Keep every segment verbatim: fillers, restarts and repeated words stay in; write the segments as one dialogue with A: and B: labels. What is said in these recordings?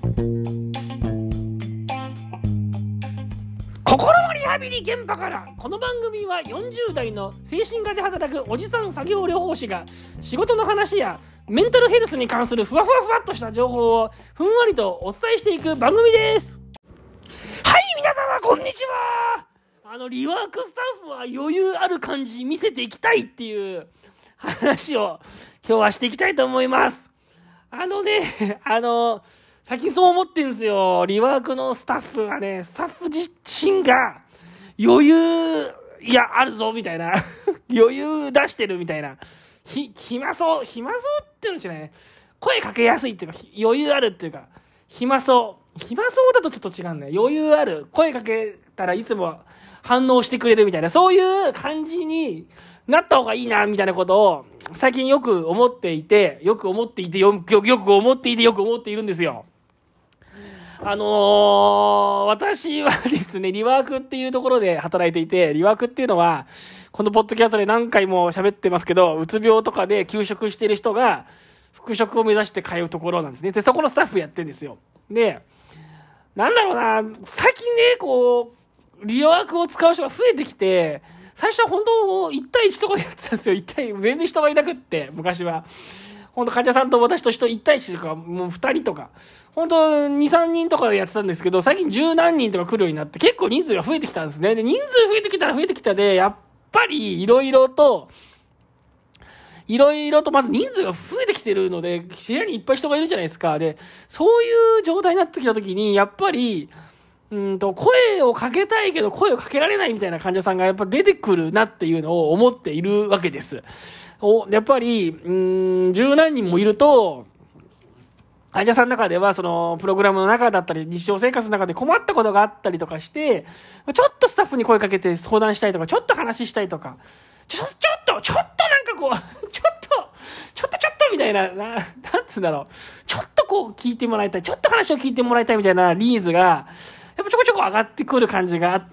A: 心のリハビリ現場から。この番組はよんじゅう代の精神科で働くおじさん作業療法士が仕事の話やメンタルヘルスに関するふわふわふわっとした情報をふんわりとお伝えしていく番組です。はい、皆様こんにちは。あのリワークスタッフは余裕ある感じ見せていきたいっていう話を今日はしていきたいと思います。あのね、あの最近そう思ってんですよ。リワークのスタッフがね、スタッフ自身が余裕、いや、あるぞ、みたいな。余裕出してるみたいな。ひ、暇そう、暇そうっていうのじゃない。声かけやすいっていうか、余裕あるっていうか、暇そう。暇そうだとちょっと違うんだよ。余裕ある。声かけたらいつも反応してくれるみたいな、そういう感じになった方がいいな、みたいなことを、最近よく思っていて、よく思っていて、よく、よく思っていて、よく思っているんですよ。あのー、私はですね、リワークっていうところで働いていて、リワークっていうのは、このポッドキャストで何回も喋ってますけど、うつ病とかで休職している人が、復職を目指して通うところなんですね。で、そこのスタッフやってるんですよ。で、なんだろうな、最近ね、こう、リワークを使う人が増えてきて、最初は本当、いち対いちとかでやってたんですよ。いち対、全然人がいなくって、昔は。本当患者さんと私と人いち対いちとか、もうふたりとか、本当に、さんにんとかでやってたんですけど、最近十何人とか来るようになって、結構人数が増えてきたんですね。で、人数増えてきたら増えてきたで、やっぱりいろいろと、いろいろとまず人数が増えてきてるので、部屋にいっぱい人がいるじゃないですか。で、そういう状態になってきたときに、やっぱり、うんと、声をかけたいけど声をかけられないみたいな患者さんがやっぱ出てくるなっていうのを思っているわけです。おやっぱり、うーん、十何人もいると、患者さんの中では、その、プログラムの中だったり、日常生活の中で困ったことがあったりとかして、ちょっとスタッフに声かけて相談したいとか、ちょっと話したいとか、ちょ、ちょっと、ちょっとなんかこう、ちょっと、ちょっとちょっとみたいな、な、なんつうんだろう、ちょっとこう聞いてもらいたい、ちょっと話を聞いてもらいたいみたいなニーズが、やっぱちょこちょこ上がってくる感じがあって、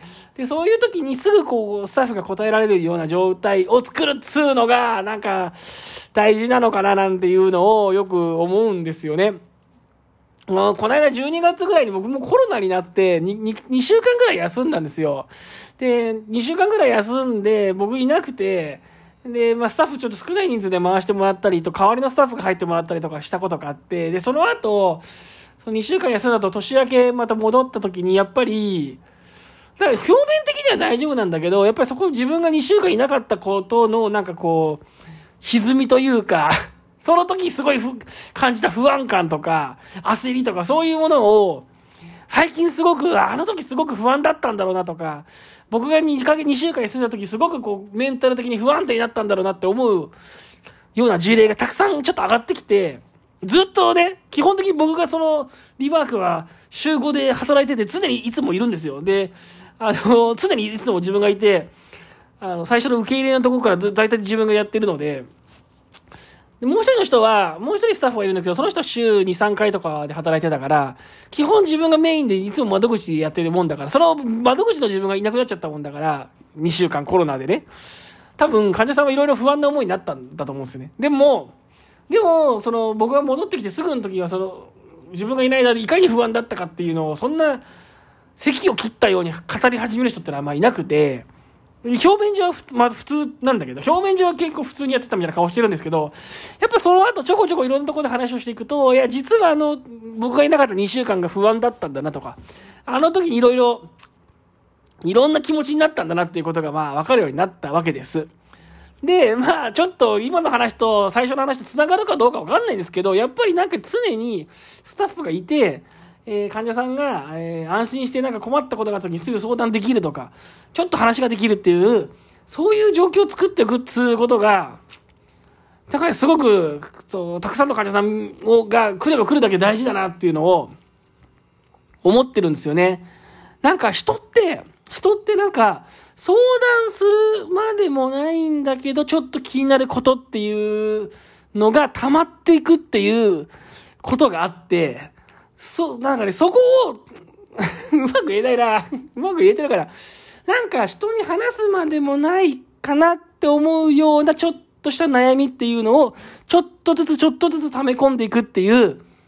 A: で、そういう時にすぐこう、スタッフが答えられるような状態を作るっつうのが、なんか、大事なのかななんていうのをよく思うんですよね。もうこの間じゅうにがつぐらいに僕もコロナになって 2, 2週間ぐらい休んだんですよ。で、にしゅうかんぐらい休んで僕いなくて、で、まあスタッフちょっと少ない人数で回してもらったりと、代わりのスタッフが入ってもらったりとかしたことがあって、で、その後、そのにしゅうかん休んだと年明けまた戻った時にやっぱり、だから表面的には大丈夫なんだけど、やっぱりそこ自分がにしゅうかんいなかったことのなんかこう、歪みというか、その時すごい感じた不安感とか、焦りとかそういうものを、最近すごく、あの時すごく不安だったんだろうなとか、僕がにかげつ、にしゅうかん休んだ時すごくこう、メンタル的に不安定になったんだろうなって思うような事例がたくさんちょっと上がってきて、ずっとね、基本的に僕がその、リワークは週ごで働いてて常にいつもいるんですよ。で、あの、常にいつも自分がいて、あの、最初の受け入れのところからだいたい自分がやってるので、でもう一人の人は、もう一人スタッフがいるんだけど、その人は週に、さんかいとかで働いてたから、基本自分がメインでいつも窓口でやってるもんだから、その窓口の自分がいなくなっちゃったもんだから、にしゅうかんコロナでね。多分患者さんはいろいろ不安な思いになったんだと思うんですよね。でも、でも、その僕が戻ってきてすぐの時は、その、自分がいない間でいかに不安だったかっていうのを、そんな、咳を切ったように語り始める人ってのはあんまいなくて、表面上はまあ普通なんだけど、表面上は結構普通にやってたみたいな顔してるんですけど、やっぱその後ちょこちょこいろんなところで話をしていくと、いや、実はあの、僕がいなかったにしゅうかんが不安だったんだなとか、あの時にいろいろ、いろんな気持ちになったんだなっていうことがまあ分かるようになったわけです。で、まあちょっと今の話と最初の話と繋がるかどうか分かんないんですけど、やっぱりなんか常にスタッフがいて、えー、患者さんが、えー、安心してなんか困ったことがあった時にすぐ相談できるとか、ちょっと話ができるっていう、そういう状況を作っていくっていうことが、だからすごくそうたくさんの患者さんをが来れば来るだけ大事だなっていうのを思ってるんですよね。なんか人って、人ってなんか相談するまでもないんだけど、ちょっと気になることっていうのが溜まっていくっていうことがあって、そう、なんかね、そこをうまく言えないな。うまく言えてるから。なんか人に話すまでもないかなって思うようなちょっとした悩みっていうのを、ちょっとずつちょっとずつ溜め込んでいくっていう、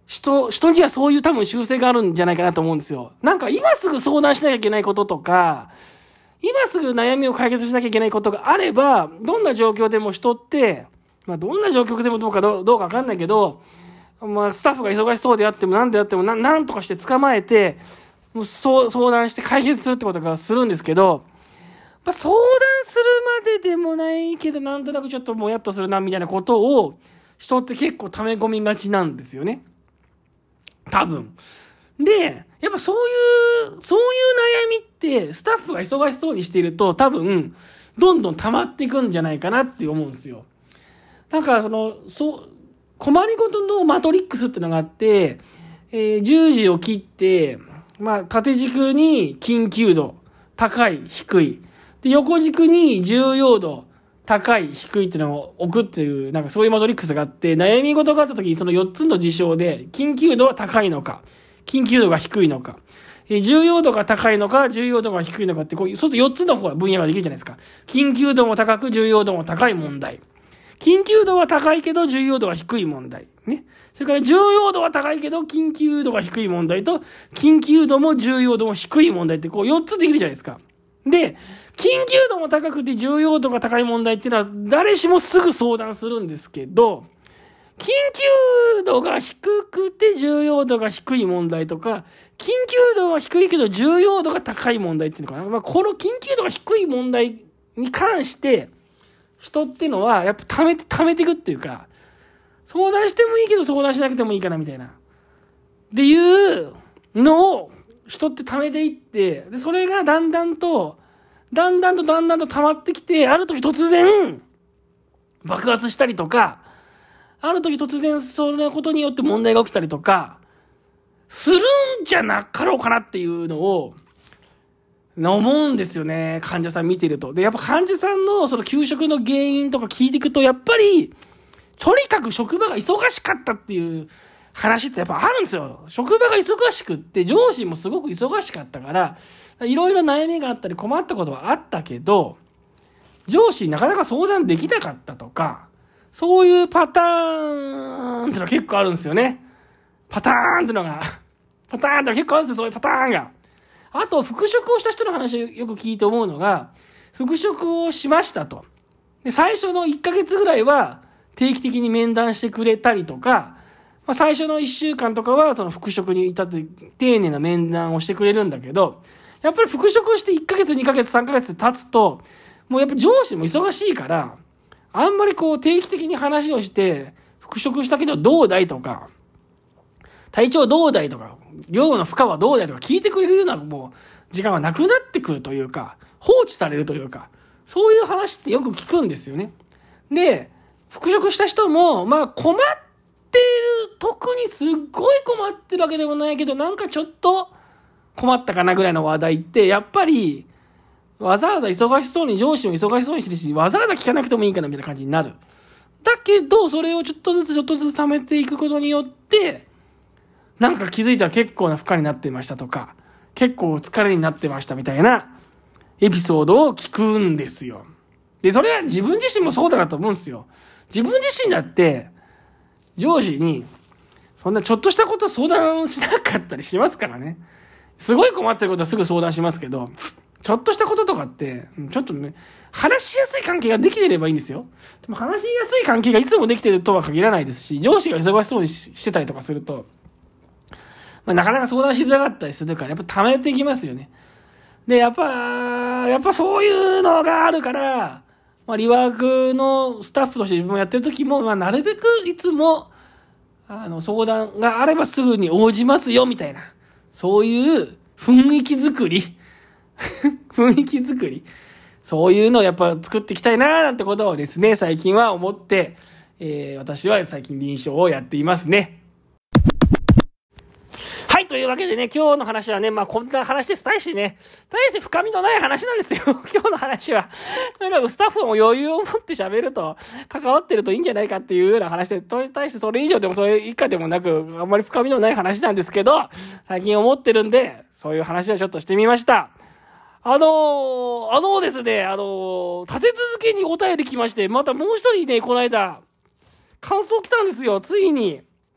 A: 人、人にはそういう多分習性があるんじゃないかなと思うんですよ。なんか今すぐ相談しなきゃいけないこととか、今すぐ悩みを解決しなきゃいけないことがあれば、どんな状況でも人って、まあどんな状況でもどうかどうかわかんないけど、まあスタッフが忙しそうであっても何であってもな、なんとかして捕まえて、もうそう相談して解決するってことがするんですけど、まあ、相談するまででもないけど、なんとなくちょっともやっとするなみたいなことを、人って結構溜め込みがちなんですよね。多分。で、やっぱそういう、そういう悩みって、スタッフが忙しそうにしていると、多分、どんどん溜まっていくんじゃないかなって思うんですよ。なんか、その、そう、困りごとのマトリックスっていうのがあって、えー、十字を切って、まあ、縦軸に緊急度、高い、低い。で、横軸に重要度、高い、低いっていうのを置くっていう、なんかそういうマトリックスがあって、悩み事があった時にそのよっつの事象で、緊急度は高いのか、緊急度が低いのか、え重要度が高いのか、重要度が低いのかって、こう、そうするとよっつのほら分野ができるじゃないですか。緊急度も高く、重要度も高い問題。緊急度は高いけど、重要度は低い問題。ね。それから重要度は高いけど、緊急度が低い問題と、緊急度も重要度も低い問題って、こうよっつできるじゃないですか。で、緊急度も高くて重要度が高い問題っていうのは誰しもすぐ相談するんですけど、緊急度が低くて重要度が低い問題とか、緊急度は低いけど重要度が高い問題っていうのかな。まあ、この緊急度が低い問題に関して人っていうのはやっぱ溜めて溜めていくっていうか、相談してもいいけど相談しなくてもいいかなみたいな。っていうのを人って溜めていって、で、それがだんだんと、だんだんとだんだんと溜まってきて、ある時突然、爆発したりとか、ある時突然そのことによって問題が起きたりとか、するんじゃなかろうかなっていうのを、思うんですよね。患者さん見てると。で、やっぱ患者さんのその休職の原因とか聞いていくと、やっぱり、とにかく職場が忙しかったっていう話ってやっぱあるんですよ。職場が忙しくって、上司もすごく忙しかったから、いろいろ悩みがあったり困ったことはあったけど、上司になかなか相談できなかったとか、そういうパターンってのが結構あるんですよね。パターンってのが、パターンってのが結構あるんですよ、そういうパターンが。あと、復職をした人の話をよく聞いて思うのが、復職をしましたと。で、最初のいっかげつぐらいは定期的に面談してくれたりとか、まあ、最初のいっしゅうかんとかはその復職に至って丁寧な面談をしてくれるんだけど、やっぱり復職をしていっかげつ、にかげつ、さんかげつ経つと、もうやっぱ上司も忙しいから、あんまりこう定期的に話をして、復職したけどどうだいとか、体調どうだいとか、業務の負荷はどうだいとか聞いてくれるようなもう時間はなくなってくるというか、放置されるというか、そういう話ってよく聞くんですよね。で、復職した人も、まあ困ってる、特にすっごい困ってるわけでもないけど、なんかちょっと困ったかなぐらいの話題って、やっぱり、わざわざ忙しそうに、上司も忙しそうにしてるし、わざわざ聞かなくてもいいかなみたいな感じになる。だけど、それをちょっとずつちょっとずつ溜めていくことによって、なんか気づいたら結構な負荷になってましたとか、結構疲れになってましたみたいなエピソードを聞くんですよ。で、それは自分自身もそうだなと思うんですよ。自分自身だって、上司に、そんなちょっとしたこと相談しなかったりしますからね。すごい困ってることはすぐ相談しますけど、ちょっとしたこととかって、ちょっとね、話しやすい関係ができてればいいんですよ。でも話しやすい関係がいつもできてるとは限らないですし、上司が忙しそうにしてたりとかすると、まあ、なかなか相談しづらかったりするから、やっぱ溜めていきますよね。で、やっぱ、やっぱそういうのがあるから、まあ、リワークのスタッフとして自分もやってる時も、まあ、なるべくいつも、あの、相談があればすぐに応じますよ、みたいな。そういう雰囲気作り。雰囲気作り。そういうのをやっぱ作っていきたいなーなんてことをですね、最近は思って、えー、私は最近臨床をやっていますね。はい、というわけでね、今日の話はね、まあこんな話です。大してね、大して深みのない話なんですよ。今日の話は。とにかくスタッフも余裕を持って喋ると、関わってるといいんじゃないかっていうような話で、と対してそれ以上でもそれ以下でもなく、あんまり深みのない話なんですけど、最近思ってるんで、そういう話をちょっとしてみました。あのー、あのですね、あのー、立て続けにお便り来まして、またもう一人ね、この間、感想来たんですよ、ついに。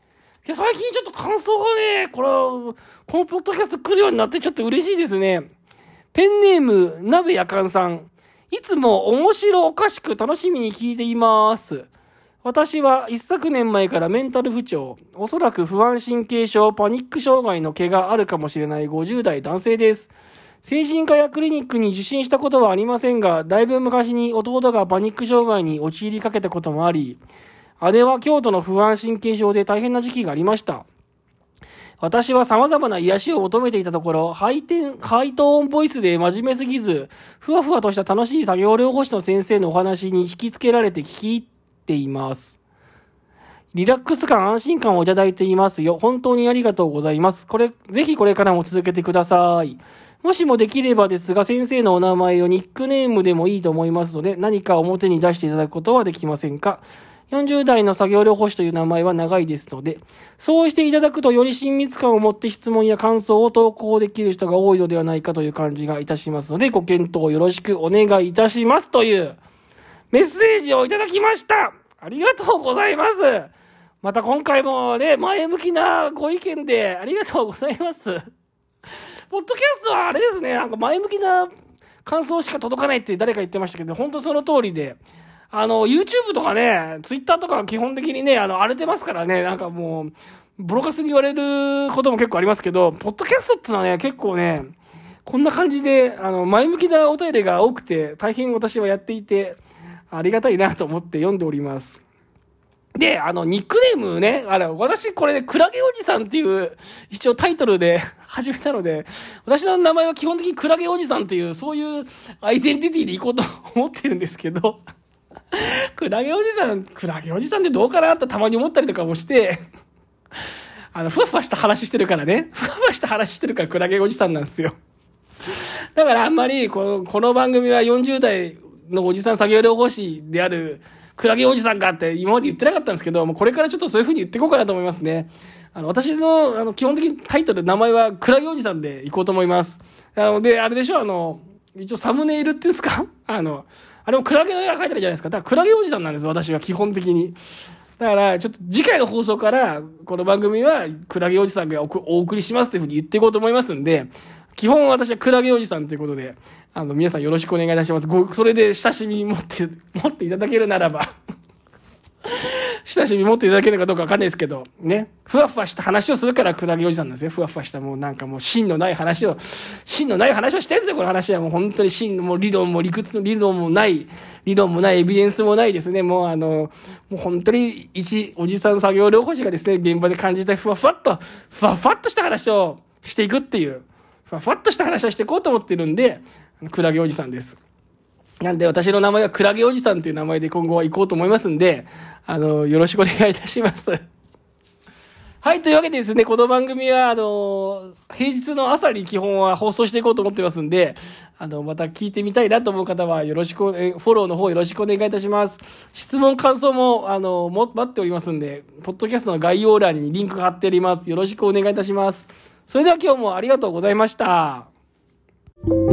A: で最近ちょっと感想がね、これ、このポッドキャスト来るようになってちょっと嬉しいですね。ペンネーム、鍋やかんさん。いつも面白おかしく楽しみに聞いています。私は一昨年前からメンタル不調、おそらく不安神経症、パニック障害の毛があるかもしれないごじゅう代男性です。精神科やクリニックに受診したことはありませんが、だいぶ昔に弟がパニック障害に陥りかけたこともあり、姉は京都の不安神経症で大変な時期がありました。私は様々な癒しを求めていたところ、ハイテン、ハイトーンボイスで真面目すぎず、ふわふわとした楽しい作業療法士の先生のお話に引きつけられて聞き入っています。リラックス感、安心感をいただいていますよ。本当にありがとうございます。これ、ぜひこれからも続けてください。もしもできればですが、先生のお名前をニックネームでもいいと思いますので、何か表に出していただくことはできませんか？よんじゅう代の作業療法士という名前は長いですので、そうしていただくとより親密感を持って質問や感想を投稿できる人が多いのではないかという感じがいたしますので、ご検討よろしくお願いいたしますというメッセージをいただきました。ありがとうございます。また今回もね、前向きなご意見でありがとうございます。ポッドキャストはあれですね、なんか前向きな感想しか届かないって誰か言ってましたけど、本当その通りで、あの、YouTube とかね、Twitter とかは基本的にね、あの、荒れてますからね、なんかもう、ボロカスに言われることも結構ありますけど、ポッドキャストってのはね、結構ね、こんな感じで、あの、前向きなお便りが多くて、大変私はやっていて、ありがたいなと思って読んでおります。で、あの、ニックネームね、あの、私これね、クラゲおじさんっていう、一応タイトルで始めたので、私の名前は基本的にクラゲおじさんっていう、そういうアイデンティティでいこうと思ってるんですけど、クラゲおじさん、クラゲおじさんってどうかなってたまに思ったりとかもして、あの、ふわふわした話してるからね、ふわふわした話してるからクラゲおじさんなんですよ。だからあんまり、この、この番組はよんじゅう代のおじさん作業療法士である、クラゲおじさんかって今まで言ってなかったんですけど、もうこれからちょっとそういう風に言っていこうかなと思いますね。あの、私の、あの、基本的にタイトル、名前はクラゲおじさんでいこうと思います。あの、で、あれでしょ、あの、一応サムネイルっていうんですかあの、あれもクラゲの絵が描いてあるじゃないですか。だからクラゲおじさんなんです、私は基本的に。だから、ちょっと次回の放送から、この番組はクラゲおじさんがお送りしますっていう風に言っていこうと思いますんで、基本私はクラゲおじさんということで、あの、皆さんよろしくお願いいたします。ご、それで親しみ持って、持っていただけるならば、親しみ持っていただけるかどうかわかんないですけど、ね。ふわふわした話をするからクラゲおじさんなんですよ。ふわふわしたもうなんかもう芯のない話を、芯のない話をしてるんですよ、この話は。もう本当に芯のもう理論も理屈の理論もない、理論もない、エビデンスもないですね。もうあの、もう本当に一おじさん作業療法士がですね、現場で感じたふわふわっと、ふわふわっとした話をしていくっていう、ふわふわっとした話をしていこうと思ってるんで、クラゲおじさんです。なんで私の名前はクラゲおじさんという名前で今後は行こうと思いますんで、あの、よろしくお願いいたします。はい、というわけでですね、この番組は、あの、平日の朝に基本は放送していこうと思ってますんで、あの、また聞いてみたいなと思う方はよろしく、えフォローの方よろしくお願いいたします。質問、感想も、あの、も、待っておりますんで、ポッドキャストの概要欄にリンク貼っております。よろしくお願いいたします。それでは今日もありがとうございました。